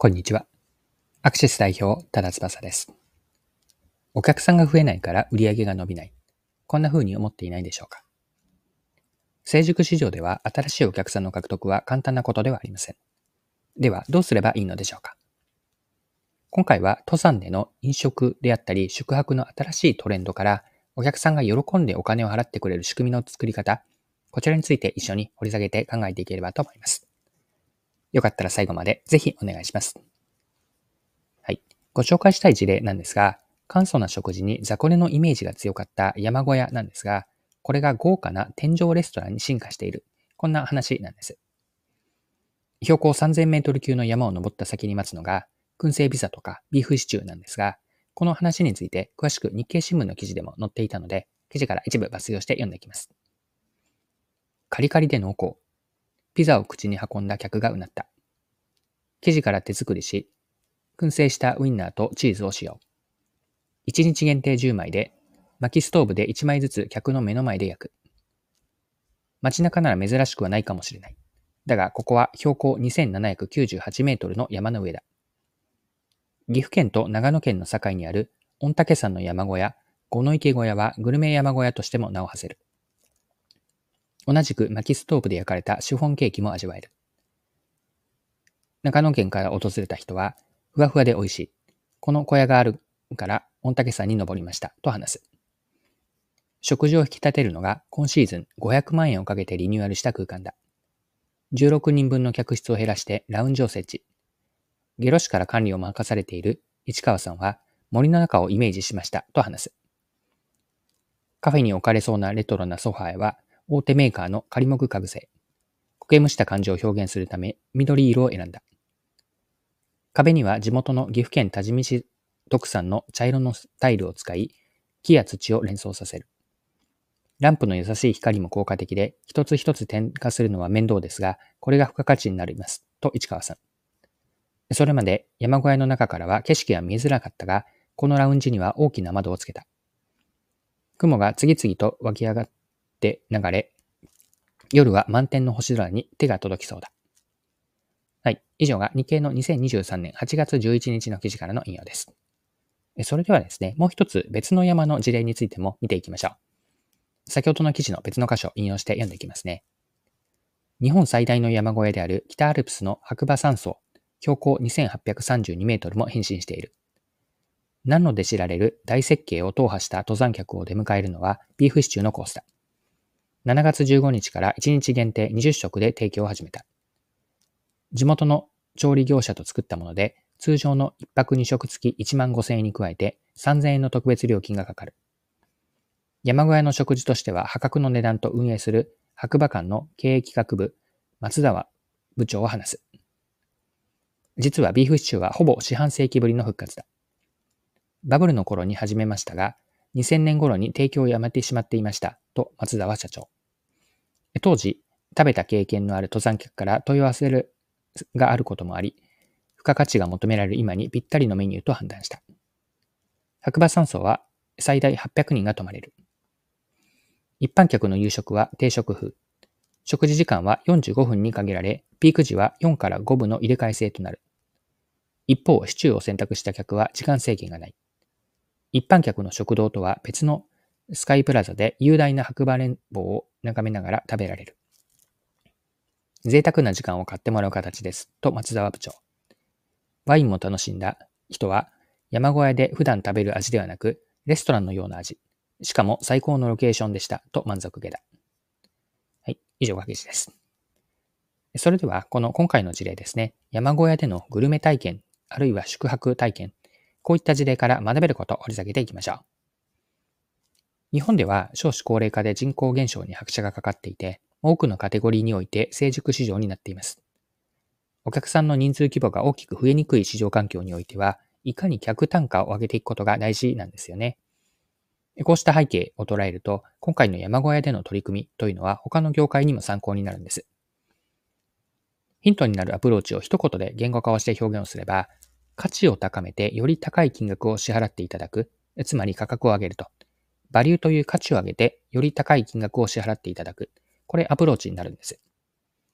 こんにちは。アクシス代表、多田翼です。お客さんが増えないから売り上げが伸びない。こんな風に思っていないでしょうか。成熟市場では新しいお客さんの獲得は簡単なことではありません。では、どうすればいいのでしょうか。今回は登山での飲食であったり宿泊の新しいトレンドからお客さんが喜んでお金を払ってくれる仕組みの作り方、こちらについて一緒に掘り下げて考えていければと思います。よかったら最後までぜひお願いします。はい。ご紹介したい事例なんですが、簡素な食事に雑魚寝のイメージが強かった山小屋なんですが、これが豪華な天井レストランに進化している。こんな話なんです。標高3000メートル級の山を登った先に待つのが、燻製ピザとかビーフシチューなんですが、この話について詳しく日経新聞の記事でも載っていたので、記事から一部抜粋をして読んでいきます。カリカリで濃厚。ピザを口に運んだ客がうなった。生地から手作りし、燻製したウインナーとチーズを使用。1日限定10枚で、薪ストーブで1枚ずつ客の目の前で焼く。街中なら珍しくはないかもしれない。だが、ここは標高2798メートルの山の上だ。岐阜県と長野県の境にある御嶽山の山小屋、五の池小屋はグルメ山小屋としても名を馳せる。同じく薪ストーブで焼かれたシフォンケーキも味わえる。長野県から訪れた人は、ふわふわで美味しい。この小屋があるから御嶽山に登りました、と話す。食事を引き立てるのが今シーズン500万円をかけてリニューアルした空間だ。16人分の客室を減らしてラウンジを設置。下呂市から管理を任されている市川さんは森の中をイメージしましたと話す。カフェに置かれそうなレトロなソファーは大手メーカーの仮木家具製。苔むした感じを表現するため緑色を選んだ。壁には地元の岐阜県多治見市特産の茶色のタイルを使い、木や土を連想させる。ランプの優しい光も効果的で、一つ一つ点火するのは面倒ですが、これが付加価値になります。と市川さん。それまで山小屋の中からは景色が見えづらかったが、このラウンジには大きな窓をつけた。雲が次々と湧き上がって流れ、夜は満天の星空に手が届きそうだ。はい。以上が日経の2023年8月11日の記事からの引用です。それではですね、もう一つ別の山の事例についても見ていきましょう。先ほどの記事の別の箇所を引用して読んでいきますね。日本最大の山小屋である北アルプスの白馬山荘、標高2832メートルも変身している。南野で知られる大雪渓を踏破した登山客を出迎えるのはビーフシチューのコースだ。7月15日から1日限定20食で提供を始めた。地元の調理業者と作ったもので、通常の1泊2食付き1万5000円に加えて3000円の特別料金がかかる。山小屋の食事としては破格の値段と運営する白馬館の経営企画部、松沢部長は話す。実はビーフシチューはほぼ四半世紀ぶりの復活だ。バブルの頃に始めましたが、2000年頃に提供をやめてしまっていました、と松沢社長。当時、食べた経験のある登山客から問い合わせがあることもあり、付加価値が求められる今にぴったりのメニューと判断した。白馬山荘は最大800人が泊まれる。一般客の夕食は定食風。食事時間は45分に限られ、ピーク時は4から5分の入れ替え制となる。一方、シチューを選択した客は時間制限がない。一般客の食堂とは別のスカイプラザで雄大な白馬連峰を眺めながら食べられる。贅沢な時間を買ってもらう形です、と松沢部長。ワインも楽しんだ人は、山小屋で普段食べる味ではなく、レストランのような味。しかも最高のロケーションでした、と満足げだ。はい、以上が記事です。それでは、この今回の事例ですね、山小屋でのグルメ体験、あるいは宿泊体験、こういった事例から学べることを掘り下げていきましょう。日本では少子高齢化で人口減少に拍車がかかっていて、多くのカテゴリーにおいて成熟市場になっています。お客さんの人数規模が大きく増えにくい市場環境においては、いかに客単価を上げていくことが大事なんですよね。こうした背景を捉えると、今回の山小屋での取り組みというのは他の業界にも参考になるんです。ヒントになるアプローチを一言で言語化をして表現をすれば、価値を高めてより高い金額を支払っていただく、つまり価格を上げると。バリューという価値を上げてより高い金額を支払っていただく。これアプローチになるんです。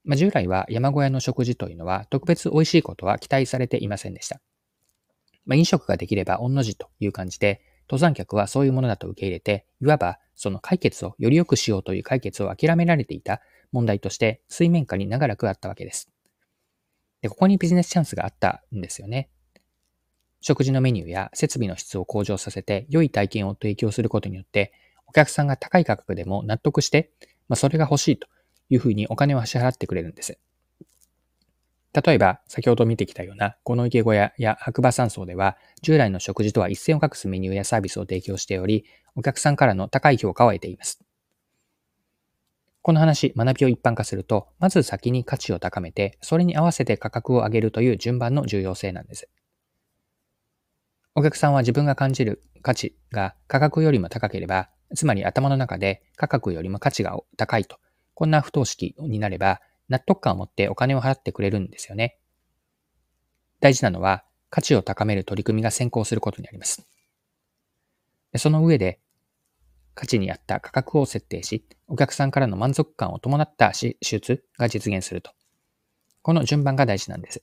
従来は山小屋の食事というのは特別美味しいことは期待されていませんでした。飲食ができれば御の字という感じで、登山客はそういうものだと受け入れて、いわばその解決をより良くしようという解決を諦められていた問題として水面下に長らくあったわけです。で、ここにビジネスチャンスがあったんですよね。食事のメニューや設備の質を向上させて良い体験を提供することによって、お客さんが高い価格でも納得して、それが欲しいというふうにお金を支払ってくれるんです。例えば、先ほど見てきたような、この池小屋や白馬山荘では、従来の食事とは一線を画すメニューやサービスを提供しており、お客さんからの高い評価を得ています。この話、学びを一般化すると、まず先に価値を高めて、それに合わせて価格を上げるという順番の重要性なんです。お客さんは自分が感じる価値が価格よりも高ければ、つまり頭の中で価格よりも価値が高いと、こんな不等式になれば、納得感を持ってお金を払ってくれるんですよね。大事なのは、価値を高める取り組みが先行することにあります。その上で、価値に合った価格を設定し、お客さんからの満足感を伴った支出が実現すると。この順番が大事なんです。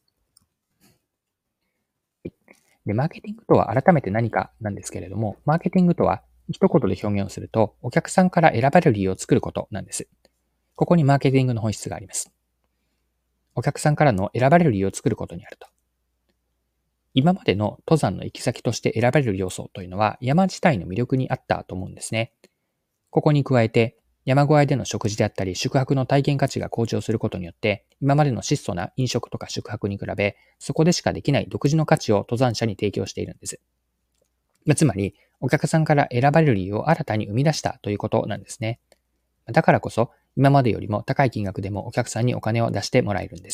で、マーケティングとは改めて何かなんですけれども、マーケティングとは一言で表現をすると、お客さんから選ばれる理由を作ることなんです。ここにマーケティングの本質があります。お客さんからの選ばれる理由を作ることにあると。今までの登山の行き先として選ばれる要素というのは山自体の魅力にあったと思うんですね。ここに加えて、山小屋での食事であったり宿泊の体験価値が向上することによって、今までの質素な飲食とか宿泊に比べ、そこでしかできない独自の価値を登山者に提供しているんです。つまり、お客さんから選ばれる理由を新たに生み出したということなんですね。だからこそ、今までよりも高い金額でもお客さんにお金を出してもらえるんです。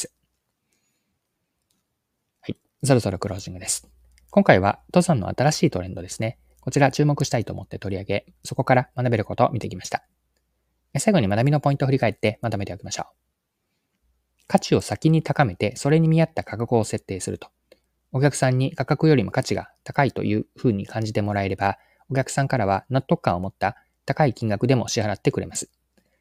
はい。そろそろクロージングです。今回は登山の新しいトレンドですね。こちら注目したいと思って取り上げ、そこから学べることを見てきました。最後に学びのポイントを振り返ってまとめておきましょう。価値を先に高めて、それに見合った価格を設定すると。お客さんに価格よりも価値が高いというふうに感じてもらえれば、お客さんからは納得感を持った高い金額でも支払ってくれます。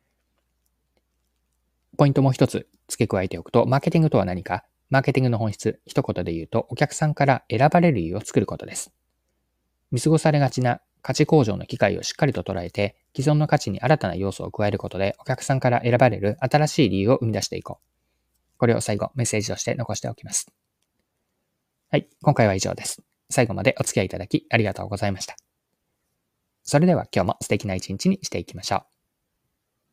ポイントもう一つ付け加えておくと、マーケティングとは何か、マーケティングの本質、一言で言うと、お客さんから選ばれる理由を作ることです。見過ごされがちな価値向上の機会をしっかりと捉えて、既存の価値に新たな要素を加えることで、お客さんから選ばれる新しい理由を生み出していこう。これを最後、メッセージとして残しておきます。はい、今回は以上です。最後までお付き合いいただきありがとうございました。それでは今日も素敵な一日にしていきましょう。